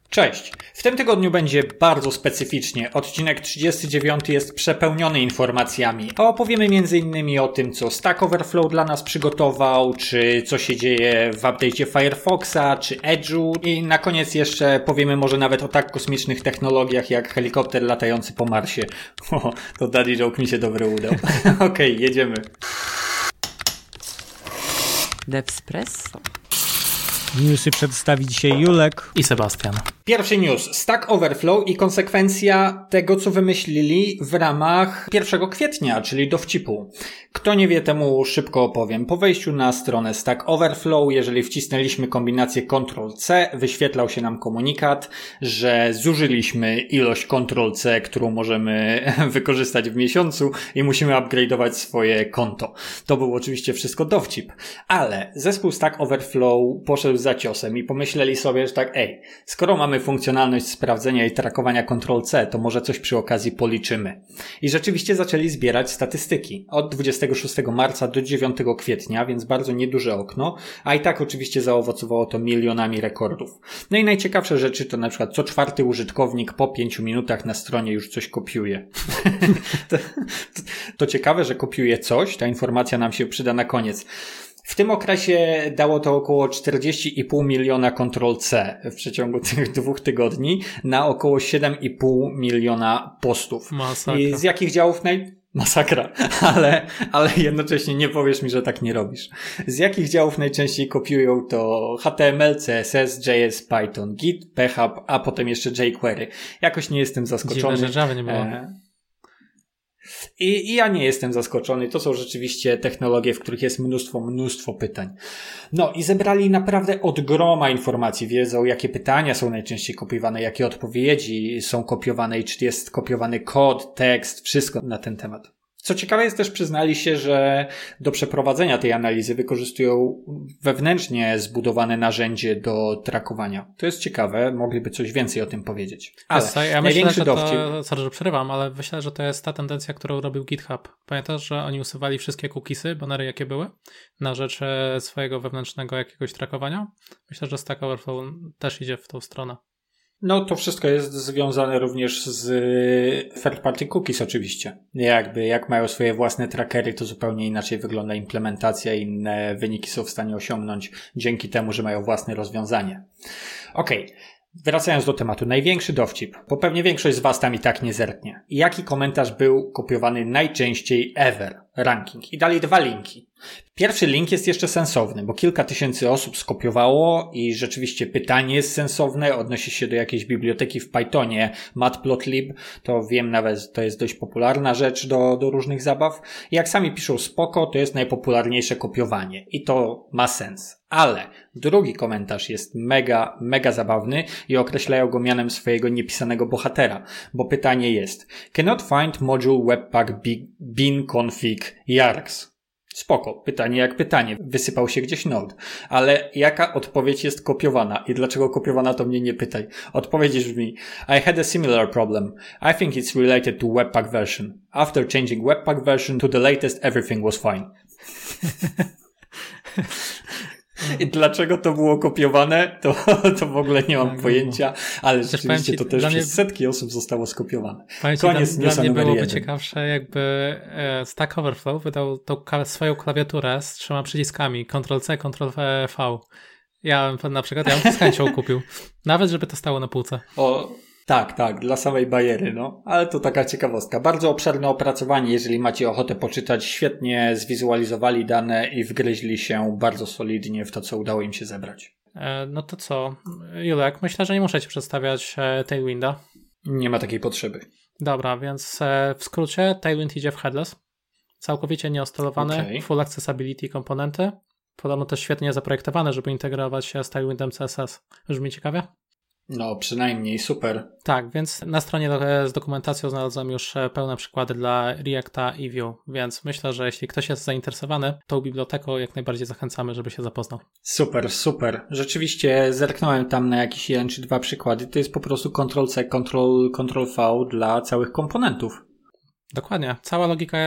Cześć! W tym tygodniu będzie bardzo specyficznie. Odcinek 39 jest przepełniony informacjami. Opowiemy m.in. o tym, co Stack Overflow dla nas przygotował, czy co się dzieje w update'cie Firefoxa, czy Edge'u i na koniec jeszcze powiemy może nawet o tak kosmicznych technologiach jak helikopter latający po Marsie. To daddy joke mi się dobrze udał. Okej, jedziemy. Devspresso. Newsy przedstawi dzisiaj Julek i Sebastian. Pierwszy news. Stack Overflow i konsekwencja tego, co wymyślili w ramach 1 kwietnia, czyli dowcipu. Kto nie wie, temu szybko opowiem. Po wejściu na stronę Stack Overflow, jeżeli wcisnęliśmy kombinację Ctrl-C, wyświetlał się nam komunikat, że zużyliśmy ilość Ctrl-C, którą możemy wykorzystać w miesiącu i musimy upgrade'ować swoje konto. To był oczywiście wszystko dowcip. Ale zespół Stack Overflow poszedł za ciosem i pomyśleli sobie, że tak, skoro mamy funkcjonalność sprawdzenia i trakowania Ctrl-C, to może coś przy okazji policzymy. I rzeczywiście zaczęli zbierać statystyki. Od 26 marca do 9 kwietnia, więc bardzo nieduże okno, a i tak oczywiście zaowocowało to milionami rekordów. No i najciekawsze rzeczy to na przykład co 4. użytkownik po 5 minutach na stronie już coś kopiuje. To ciekawe, że kopiuje coś, ta informacja nam się przyda na koniec. W tym okresie dało to około 40,5 miliona Ctrl-C w przeciągu tych 2 tygodni na około 7,5 miliona postów. Masakra. I z jakich działów Masakra, ale jednocześnie nie powiesz mi, że tak nie robisz. Z jakich działów najczęściej kopiują to HTML, CSS, JS, Python, Git, PHP, a potem jeszcze jQuery. Jakoś nie jestem zaskoczony. Dziwne, że Java nie było. I ja nie jestem zaskoczony. To są rzeczywiście technologie, w których jest mnóstwo pytań. No i zebrali naprawdę od groma informacji. Wiedzą, jakie pytania są najczęściej kopiowane, jakie odpowiedzi są kopiowane i czy jest kopiowany kod, tekst, wszystko na ten temat. Co ciekawe jest też, przyznali się, że do przeprowadzenia tej analizy wykorzystują wewnętrznie zbudowane narzędzie do trakowania. To jest ciekawe, mogliby coś więcej o tym powiedzieć. Ale ja największy myślę, dowcip... Sorry, że przerywam, ale myślę, że to jest ta tendencja, którą robił GitHub. Pamiętasz, że oni usuwali wszystkie cookiesy, banery jakie były, na rzecz swojego wewnętrznego jakiegoś trakowania? Myślę, że Stack Overflow też idzie w tą stronę. No to wszystko jest związane również z third party cookies oczywiście. Jak mają swoje własne trackery, to zupełnie inaczej wygląda implementacja i inne wyniki są w stanie osiągnąć dzięki temu, że mają własne rozwiązanie. Okej. Wracając do tematu, największy dowcip, bo pewnie większość z was tam i tak nie zerknie. Jaki komentarz był kopiowany najczęściej ever? Ranking. I dali 2 linki. Pierwszy link jest jeszcze sensowny, bo kilka tysięcy osób skopiowało i rzeczywiście pytanie jest sensowne, odnosi się do jakiejś biblioteki w Pythonie, Matplotlib, to wiem nawet, to jest dość popularna rzecz do różnych zabaw. I jak sami piszą spoko, to jest najpopularniejsze kopiowanie i to ma sens. Ale drugi komentarz jest mega zabawny i określają go mianem swojego niepisanego bohatera, bo pytanie jest: cannot find module webpack bin config yarks. Spoko, pytanie jak pytanie, wysypał się gdzieś node, ale jaka odpowiedź jest kopiowana i dlaczego kopiowana, to mnie nie pytaj. Odpowiedź brzmi: I had a similar problem. I think it's related to webpack version. After changing webpack version to the latest, everything was fine. I dlaczego to było kopiowane, to w ogóle nie mam pojęcia, ale rzeczywiście to też przez setki osób zostało skopiowane. Koniec newsa dla mnie numer byłoby 1. ciekawsze, jakby Stack Overflow wydał tą swoją klawiaturę z 3 przyciskami, Ctrl-C, Ctrl-V. Ja bym z chęcią kupił. Nawet, żeby to stało na półce. Tak, dla samej bajery, no. Ale to taka ciekawostka. Bardzo obszerne opracowanie, jeżeli macie ochotę poczytać. Świetnie zwizualizowali dane i wgryźli się bardzo solidnie w to, co udało im się zebrać. No to co? Julek, myślę, że nie muszę ci przedstawiać Tailwinda. Nie ma takiej potrzeby. Dobra, więc w skrócie Tailwind idzie w headless. Całkowicie nieostylowany, full accessibility komponenty. Podobno też świetnie zaprojektowane, żeby integrować się z Tailwindem CSS. Brzmi ciekawie? No, przynajmniej super. Tak, więc na stronie z dokumentacją znalazłem już pełne przykłady dla Reacta i Vue, więc myślę, że jeśli ktoś jest zainteresowany tą biblioteką, jak najbardziej zachęcamy, żeby się zapoznał. Super. Rzeczywiście zerknąłem tam na jakieś 1 czy 2 przykłady. To jest po prostu Ctrl-C, Ctrl-V dla całych komponentów. Dokładnie. Cała logika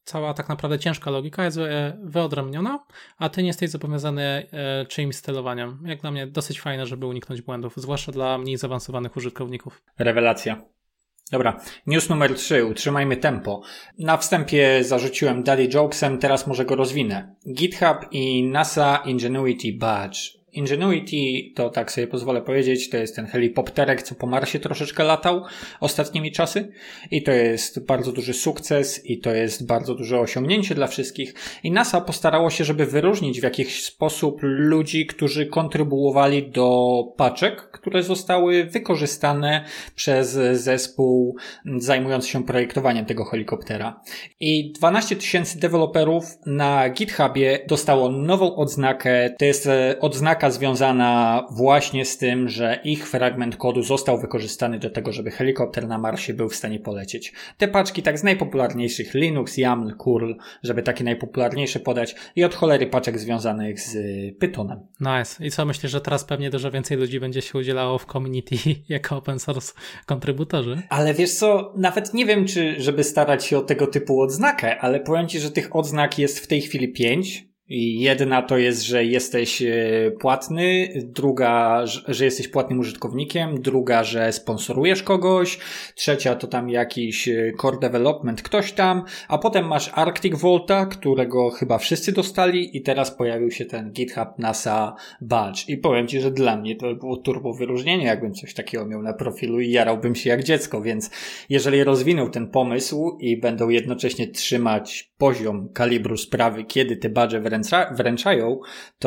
cała tak naprawdę ciężka logika jest wyodrębniona, a ty nie jesteś zobowiązany czyimś stylowaniem. Jak dla mnie dosyć fajne, żeby uniknąć błędów, zwłaszcza dla mniej zaawansowanych użytkowników. Rewelacja. Dobra, news numer 3, utrzymajmy tempo. Na wstępie zarzuciłem Daddy Jokesem, teraz może go rozwinę. GitHub i NASA Ingenuity Badge. Ingenuity, to tak sobie pozwolę powiedzieć, to jest ten helikopterek, co po Marsie troszeczkę latał ostatnimi czasy i to jest bardzo duży sukces i to jest bardzo duże osiągnięcie dla wszystkich i NASA postarało się, żeby wyróżnić w jakiś sposób ludzi, którzy kontrybuowali do paczek, które zostały wykorzystane przez zespół zajmujący się projektowaniem tego helikoptera. I 12 000 deweloperów na GitHubie dostało nową odznakę, to jest odznaka związana właśnie z tym, że ich fragment kodu został wykorzystany do tego, żeby helikopter na Marsie był w stanie polecieć. Te paczki tak z najpopularniejszych Linux, YAML, curl, żeby takie najpopularniejsze podać i od cholery paczek związanych z Pythonem. Nice. I co, myślisz, że teraz pewnie dużo więcej ludzi będzie się udzielało w community jako open source kontrybutorzy? Ale wiesz co, nawet nie wiem, czy żeby starać się o tego typu odznakę, ale powiem Ci, że tych odznak jest w tej chwili 5. I jedna to jest, że jesteś płatny, druga, że jesteś płatnym użytkownikiem, druga, że sponsorujesz kogoś, trzecia to tam jakiś core development, ktoś tam, a potem masz Arctic Volta, którego chyba wszyscy dostali i teraz pojawił się ten GitHub NASA Badge i powiem Ci, że dla mnie to było turbo wyróżnienie, jakbym coś takiego miał na profilu i jarałbym się jak dziecko, więc jeżeli rozwiną ten pomysł i będą jednocześnie trzymać poziom kalibru sprawy, kiedy te badże wręczają,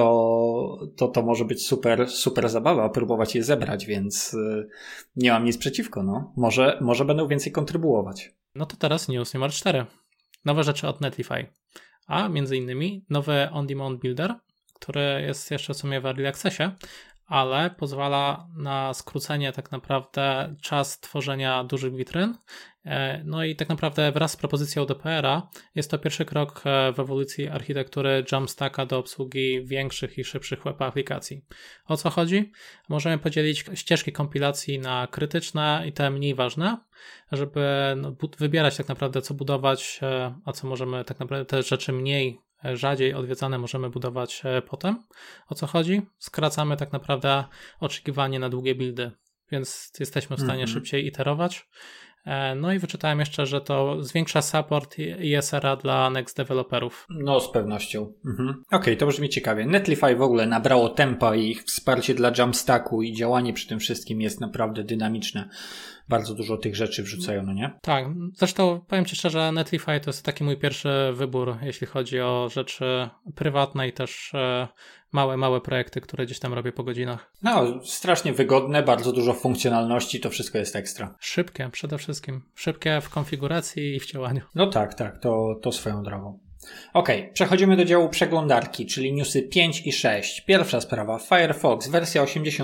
to może być super zabawa, próbować je zebrać, więc nie mam nic przeciwko, no. Może będą więcej kontrybuować. No to teraz news numer 4. Nowe rzeczy od Netlify, a między innymi nowy on-demand builder, który jest jeszcze w sumie w early accessie, ale pozwala na skrócenie tak naprawdę czas tworzenia dużych witryn. No i tak naprawdę wraz z propozycją DPR-a jest to pierwszy krok w ewolucji architektury Jamstacka do obsługi większych i szybszych web aplikacji. O co chodzi? Możemy podzielić ścieżki kompilacji na krytyczne i te mniej ważne, żeby wybierać tak naprawdę co budować, a co możemy tak naprawdę te rzeczy rzadziej odwiedzane możemy budować potem. O co chodzi? Skracamy tak naprawdę oczekiwanie na długie buildy, więc jesteśmy w stanie szybciej iterować. No i wyczytałem jeszcze, że to zwiększa support ESR-a dla Next deweloperów. No z pewnością. Okej, to brzmi ciekawie. Netlify w ogóle nabrało tempa i ich wsparcie dla Jamstacku i działanie przy tym wszystkim jest naprawdę dynamiczne. Bardzo dużo tych rzeczy wrzucają, no nie? Tak, zresztą powiem Ci szczerze, Netlify to jest taki mój pierwszy wybór, jeśli chodzi o rzeczy prywatne i też małe projekty, które gdzieś tam robię po godzinach. No, strasznie wygodne, bardzo dużo funkcjonalności, to wszystko jest ekstra. Szybkie przede wszystkim. Szybkie w konfiguracji i w działaniu. No tak, to swoją drogą. Okej, przechodzimy do działu przeglądarki, czyli newsy 5 i 6. Pierwsza sprawa, Firefox, wersja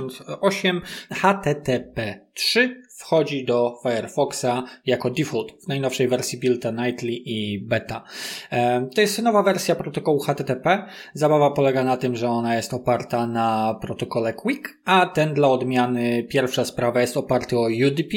88 HTTP 3 wchodzi do Firefoxa jako default w najnowszej wersji Build Nightly i Beta. To jest nowa wersja protokołu HTTP. Zabawa polega na tym, że ona jest oparta na protokole Quick, a ten dla odmiany, pierwsza sprawa, jest oparty o UDP,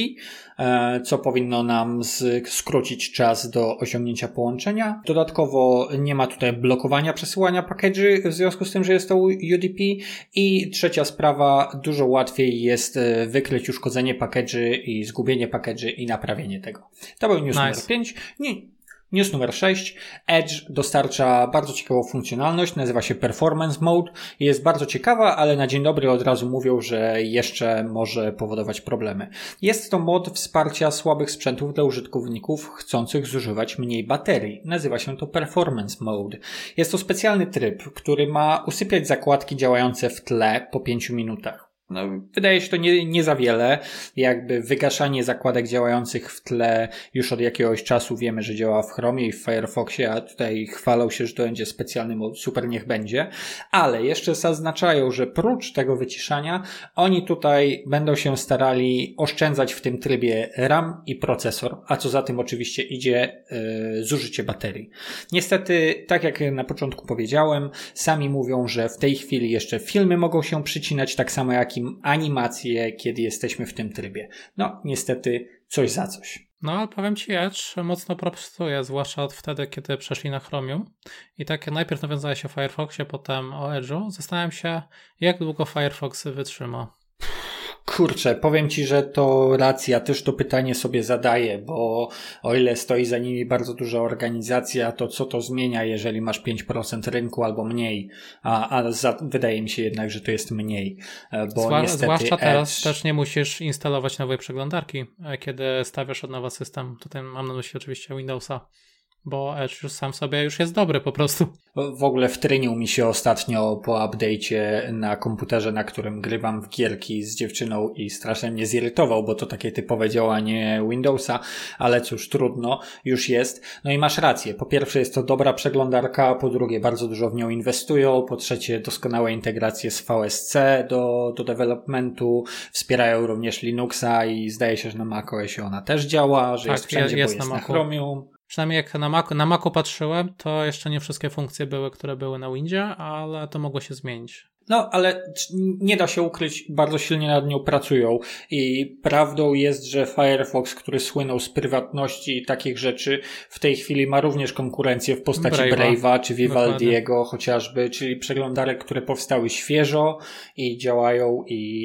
co powinno nam skrócić czas do osiągnięcia połączenia. Dodatkowo nie ma tutaj blokowania przesyłania package'y w związku z tym, że jest to UDP. I trzecia sprawa, dużo łatwiej jest wykryć uszkodzenie package'y i zgubienie package'y i naprawienie tego. To był news numer 5. News numer 6. Edge dostarcza bardzo ciekawą funkcjonalność, nazywa się Performance Mode. Jest bardzo ciekawa, ale na dzień dobry od razu mówią, że jeszcze może powodować problemy. Jest to mod wsparcia słabych sprzętów dla użytkowników chcących zużywać mniej baterii. Nazywa się to Performance Mode. Jest to specjalny tryb, który ma usypiać zakładki działające w tle po 5 minutach. No, wydaje się to nie za wiele, jakby wygaszanie zakładek działających w tle już od jakiegoś czasu wiemy, że działa w Chromie i w Firefoxie, a tutaj chwalą się, że to będzie specjalny mod, super, niech będzie, ale jeszcze zaznaczają, że prócz tego wyciszania oni tutaj będą się starali oszczędzać w tym trybie RAM i procesor, a co za tym oczywiście idzie zużycie baterii. Niestety, tak jak na początku powiedziałem, sami mówią, że w tej chwili jeszcze filmy mogą się przycinać, tak samo jak animacje, kiedy jesteśmy w tym trybie. No, niestety coś za coś. No, ale powiem Ci, Edge mocno propsuje, zwłaszcza od wtedy, kiedy przeszli na Chromium. I tak najpierw nawiązałeś o Firefoxie, potem o Edge'u. Zastanawiam się, jak długo Firefox wytrzyma. Kurczę, powiem Ci, że to racja, też to pytanie sobie zadaję, bo o ile stoi za nimi bardzo duża organizacja, to co to zmienia, jeżeli masz 5% rynku albo mniej, wydaje mi się jednak, że to jest mniej, bo niestety zwłaszcza teraz Edge... też nie musisz instalować nowej przeglądarki, kiedy stawiasz od nowa system. Tutaj mam na myśli oczywiście Windowsa, bo Edge już sam sobie już jest dobry po prostu. W ogóle wtrynił mi się ostatnio po update'cie na komputerze, na którym grywam w gierki z dziewczyną i strasznie mnie zirytował, bo to takie typowe działanie Windowsa, ale cóż, trudno, już jest. No i masz rację. Po pierwsze jest to dobra przeglądarka, po drugie bardzo dużo w nią inwestują, po trzecie doskonałe integracje z VSC do developmentu, wspierają również Linuxa i zdaje się, że na macOSie ona też działa, że tak, jest wszędzie, bo jest na Chromium. Przynajmniej jak na Macu patrzyłem, to jeszcze nie wszystkie funkcje były, które były na Windzie, ale to mogło się zmienić. No, ale nie da się ukryć, bardzo silnie nad nią pracują i prawdą jest, że Firefox, który słynął z prywatności i takich rzeczy, w tej chwili ma również konkurencję w postaci Brave'a czy Vivaldiego chociażby, czyli przeglądarek, które powstały świeżo i działają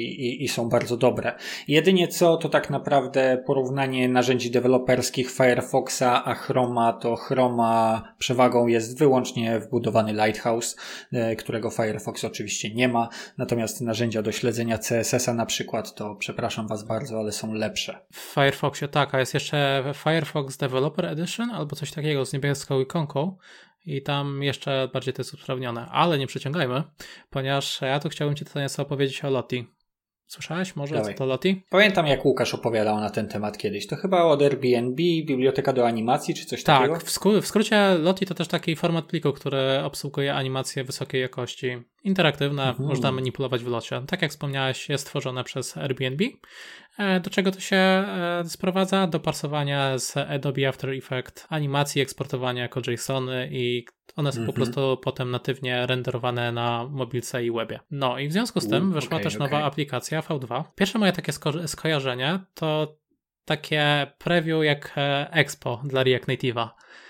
i są bardzo dobre. Jedynie co, to tak naprawdę porównanie narzędzi deweloperskich Firefoxa a Chroma, to Chroma przewagą jest wyłącznie wbudowany Lighthouse, którego Firefox oczywiście nie ma, natomiast narzędzia do śledzenia CSS-a na przykład, to przepraszam Was bardzo, ale są lepsze. W Firefoxie tak, a jest jeszcze Firefox Developer Edition albo coś takiego z niebieską ikonką i tam jeszcze bardziej to jest usprawnione, ale nie przeciągajmy, ponieważ ja tu chciałbym Ci tutaj nieco opowiedzieć o Lottie. Słyszałeś może, co to Lottie? Pamiętam, jak Łukasz opowiadał na ten temat kiedyś. To chyba od Airbnb, biblioteka do animacji, czy coś takiego? Tak, w skrócie Lottie to też taki format pliku, który obsługuje animacje wysokiej jakości. Interaktywne, można manipulować w locie. Tak jak wspomniałeś, jest tworzone przez Airbnb. Do czego to się sprowadza? Do parsowania z Adobe After Effects animacji, eksportowania jako JSON-y i one są po prostu potem natywnie renderowane na mobilce i webie. No i w związku z tym wyszła też nowa aplikacja V2. Pierwsze moje takie skojarzenie to takie preview jak Expo dla React Native'a.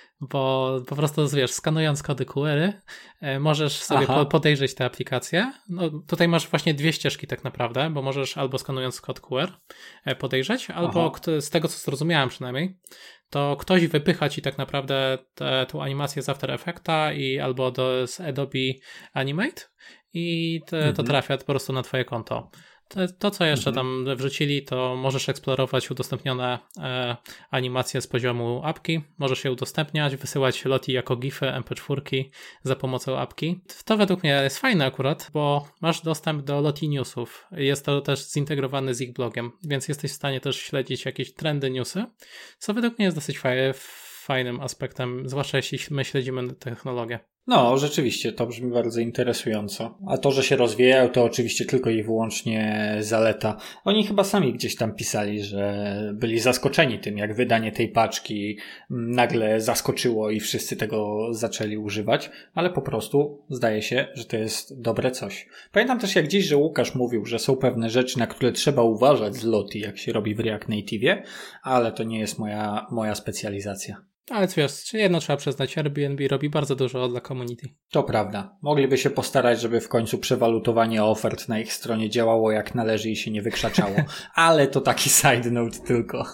Bo po prostu, wiesz, skanując kody QR możesz sobie podejrzeć tę aplikację. No, tutaj masz właśnie dwie ścieżki tak naprawdę, bo możesz albo skanując kod QR podejrzeć, albo z tego, co zrozumiałem przynajmniej, to ktoś wypycha ci tak naprawdę tą animację z After Effecta i albo z Adobe Animate i to trafia po prostu na twoje konto. To, co jeszcze tam wrzucili, to możesz eksplorować udostępnione animacje z poziomu apki, możesz je udostępniać, wysyłać Lottie jako gify, mp4 za pomocą apki. To według mnie jest fajne akurat, bo masz dostęp do Lottie Newsów. Jest to też zintegrowane z ich blogiem, więc jesteś w stanie też śledzić jakieś trendy newsy, co według mnie jest dosyć fajnym aspektem, zwłaszcza jeśli my śledzimy technologię. No, rzeczywiście, to brzmi bardzo interesująco. A to, że się rozwijają, to oczywiście tylko i wyłącznie zaleta. Oni chyba sami gdzieś tam pisali, że byli zaskoczeni tym, jak wydanie tej paczki nagle zaskoczyło i wszyscy tego zaczęli używać, ale po prostu zdaje się, że to jest dobre coś. Pamiętam też jak gdzieś, że Łukasz mówił, że są pewne rzeczy, na które trzeba uważać z Lottie, jak się robi w React Native'ie, ale to nie jest moja specjalizacja. Ale wiesz, jedno trzeba przyznać, Airbnb robi bardzo dużo dla community. To prawda. Mogliby się postarać, żeby w końcu przewalutowanie ofert na ich stronie działało jak należy i się nie wykrzaczało. Ale to taki side note tylko.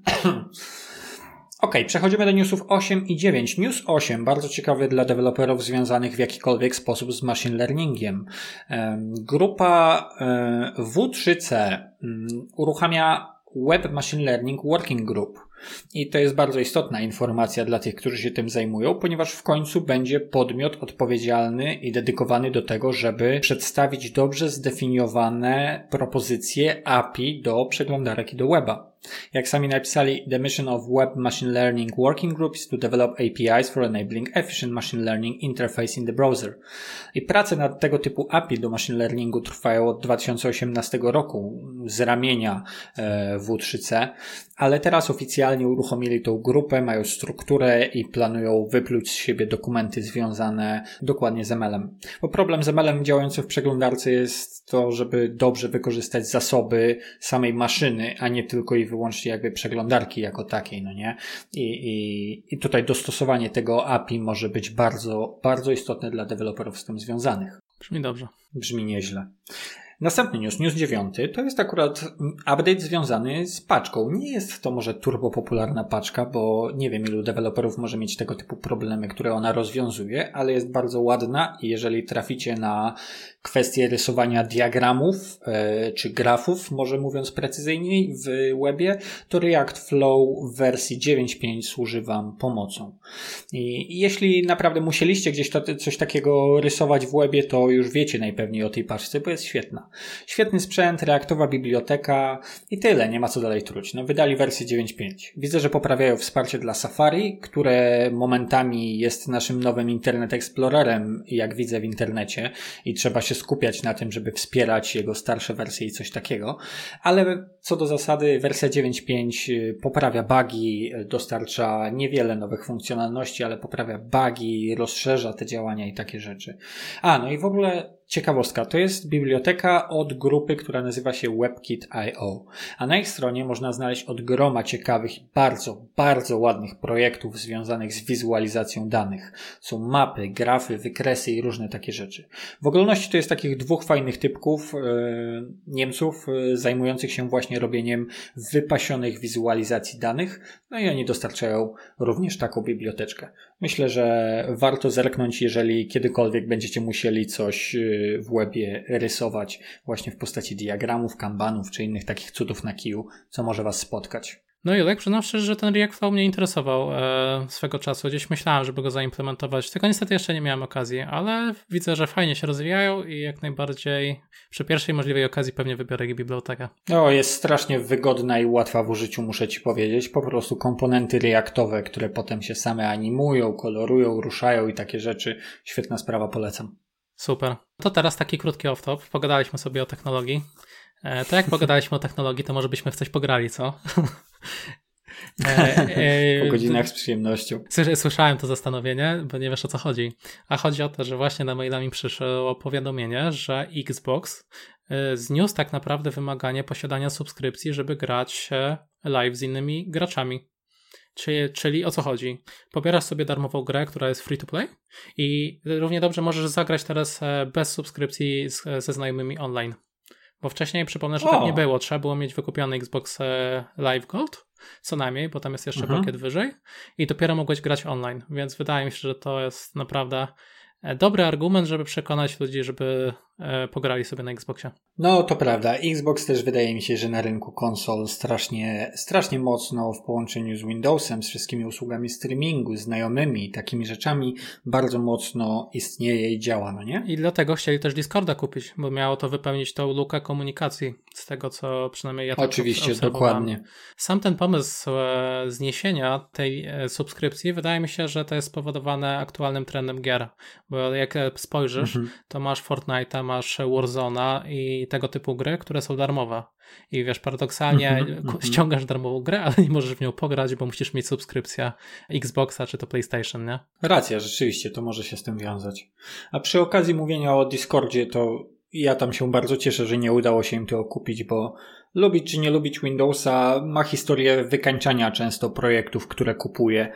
Okej, przechodzimy do newsów 8 i 9. News 8, bardzo ciekawy dla deweloperów związanych w jakikolwiek sposób z machine learningiem. Grupa W3C uruchamia Web Machine Learning Working Group. I to jest bardzo istotna informacja dla tych, którzy się tym zajmują, ponieważ w końcu będzie podmiot odpowiedzialny i dedykowany do tego, żeby przedstawić dobrze zdefiniowane propozycje API do przeglądarek i do weba. Jak sami napisali, the mission of Web Machine Learning Working Group is to develop APIs for enabling efficient machine learning interface in the browser. I prace nad tego typu API do machine learningu trwają od 2018 roku z ramienia W3C, ale teraz oficjalnie oficjalnie uruchomili tą grupę, mają strukturę i planują wypluć z siebie dokumenty związane dokładnie z ML-em. Bo problem z ML-em działającym w przeglądarce jest to, żeby dobrze wykorzystać zasoby samej maszyny, a nie tylko i wyłącznie jakby przeglądarki jako takiej, no nie? I tutaj dostosowanie tego API może być bardzo, bardzo istotne dla deweloperów z tym związanych. Brzmi dobrze. Brzmi nieźle. Następny news 9, to jest akurat update związany z paczką. Nie jest to może turbo popularna paczka, bo nie wiem ilu deweloperów może mieć tego typu problemy, które ona rozwiązuje, ale jest bardzo ładna i jeżeli traficie na kwestię rysowania diagramów czy grafów, może mówiąc precyzyjniej, w webie, to React Flow w wersji 9.5 służy Wam pomocą. I jeśli naprawdę musieliście gdzieś coś takiego rysować w webie, to już wiecie najpewniej o tej paczce, bo jest świetna. Świetny sprzęt, reaktowa biblioteka i tyle, nie ma co dalej truć. No, wydali wersję 9.5. Widzę, że poprawiają wsparcie dla Safari, które momentami jest naszym nowym Internet Explorerem, jak widzę w internecie i trzeba się skupiać na tym, żeby wspierać jego starsze wersje i coś takiego. Ale co do zasady, wersja 9.5 poprawia bugi, dostarcza niewiele nowych funkcjonalności, ale poprawia bugi, rozszerza te działania i takie rzeczy. No i w ogóle ciekawostka, to jest biblioteka od grupy, która nazywa się WebKit.io, a na ich stronie można znaleźć od groma ciekawych i bardzo, bardzo ładnych projektów związanych z wizualizacją danych. Są mapy, grafy, wykresy i różne takie rzeczy. W ogólności to jest takich dwóch fajnych typków Niemców zajmujących się właśnie robieniem wypasionych wizualizacji danych, no i oni dostarczają również taką biblioteczkę. Myślę, że warto zerknąć, jeżeli kiedykolwiek będziecie musieli coś w webie rysować właśnie w postaci diagramów, kanbanów czy innych takich cudów na kiju, co może Was spotkać. No Julek, przyznam szczerze, że ten React Flow mnie interesował swego czasu. Gdzieś myślałem, żeby go zaimplementować, tylko niestety jeszcze nie miałem okazji, ale widzę, że fajnie się rozwijają i jak najbardziej przy pierwszej możliwej okazji pewnie wybiorę bibliotekę. Jest strasznie wygodna i łatwa w użyciu, muszę Ci powiedzieć. Po prostu komponenty reaktowe, które potem się same animują, kolorują, ruszają i takie rzeczy. Świetna sprawa, polecam. Super. To teraz taki krótki off-top. Pogadaliśmy sobie o technologii. To jak pogadaliśmy o technologii, to może byśmy w coś pograli, co? Po godzinach z przyjemnością. Słyszałem to zastanowienie, bo nie wiesz o co chodzi. A chodzi o to, że właśnie na maila mi przyszło powiadomienie, że Xbox zniósł tak naprawdę wymaganie posiadania subskrypcji, żeby grać live z innymi graczami. Czyli o co chodzi? Pobierasz sobie darmową grę, która jest free to play i równie dobrze możesz zagrać teraz bez subskrypcji ze znajomymi online. Bo wcześniej przypomnę, że tak nie było. Trzeba było mieć wykupiony Xbox Live Gold, co najmniej, bo tam jest jeszcze pakiet wyżej i dopiero mogłeś grać online. Więc wydaje mi się, że to jest naprawdę dobry argument, żeby przekonać ludzi, żeby pograli sobie na Xboxie. No to prawda. Xbox też wydaje mi się, że na rynku konsol strasznie mocno w połączeniu z Windowsem, z wszystkimi usługami streamingu, znajomymi, takimi rzeczami bardzo mocno istnieje i działa, no nie? I dlatego chcieli też Discorda kupić, bo miało to wypełnić tą lukę komunikacji, z tego co przynajmniej ja tak oczywiście, dokładnie. Sam ten pomysł zniesienia tej subskrypcji wydaje mi się, że to jest spowodowane aktualnym trendem gier, bo jak spojrzysz, to masz Fortnite'a, masz Warzone'a i tego typu gry, które są darmowe. I wiesz, paradoksalnie ściągasz darmową grę, ale nie możesz w nią pograć, bo musisz mieć subskrypcję Xboxa czy to PlayStation, nie? Racja, rzeczywiście, to może się z tym wiązać. A przy okazji mówienia o Discordzie, to ja tam się bardzo cieszę, że nie udało się im to kupić, bo lubić czy nie lubić Windowsa ma historię wykańczania często projektów, które kupuję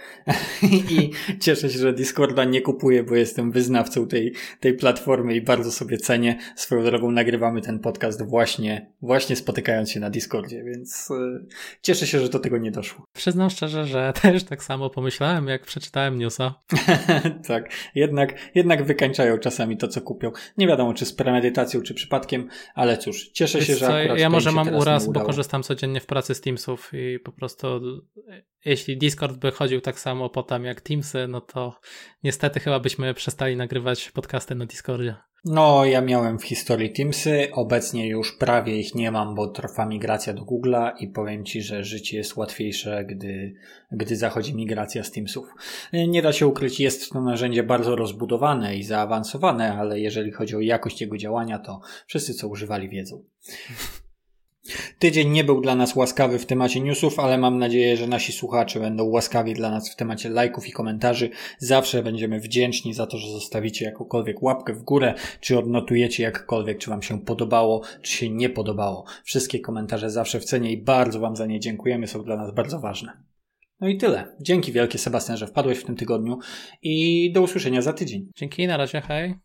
i cieszę się, że Discorda nie kupuję, bo jestem wyznawcą tej platformy i bardzo sobie cenię. Swoją drogą nagrywamy ten podcast właśnie spotykając się na Discordzie, więc cieszę się, że do tego nie doszło. Przyznam szczerze, że też tak samo pomyślałem, jak przeczytałem newsa. Tak, jednak wykańczają czasami to, co kupią. Nie wiadomo, czy z premedytacją, czy przypadkiem, ale cóż, cieszę się, że akurat ja może mam uraz, bo korzystam codziennie w pracy z Teamsów i po prostu jeśli Discord by chodził tak samo potem jak Teamsy, no to niestety chyba byśmy przestali nagrywać podcasty na Discordzie. No, ja miałem w historii Teamsy, obecnie już prawie ich nie mam, bo trwa migracja do Google'a i powiem Ci, że życie jest łatwiejsze, gdy zachodzi migracja z Teamsów. Nie da się ukryć, jest to narzędzie bardzo rozbudowane i zaawansowane, ale jeżeli chodzi o jakość jego działania, to wszyscy, co używali, wiedzą. Tydzień nie był dla nas łaskawy w temacie newsów, ale mam nadzieję, że nasi słuchacze będą łaskawi dla nas w temacie lajków i komentarzy. Zawsze będziemy wdzięczni za to, że zostawicie jakąkolwiek łapkę w górę, czy odnotujecie jakkolwiek, czy wam się podobało, czy się nie podobało. Wszystkie komentarze zawsze w cenie i bardzo wam za nie dziękujemy, są dla nas bardzo ważne. No i tyle. Dzięki wielkie, Sebastian, że wpadłeś w tym tygodniu i do usłyszenia za tydzień. Dzięki, na razie, hej.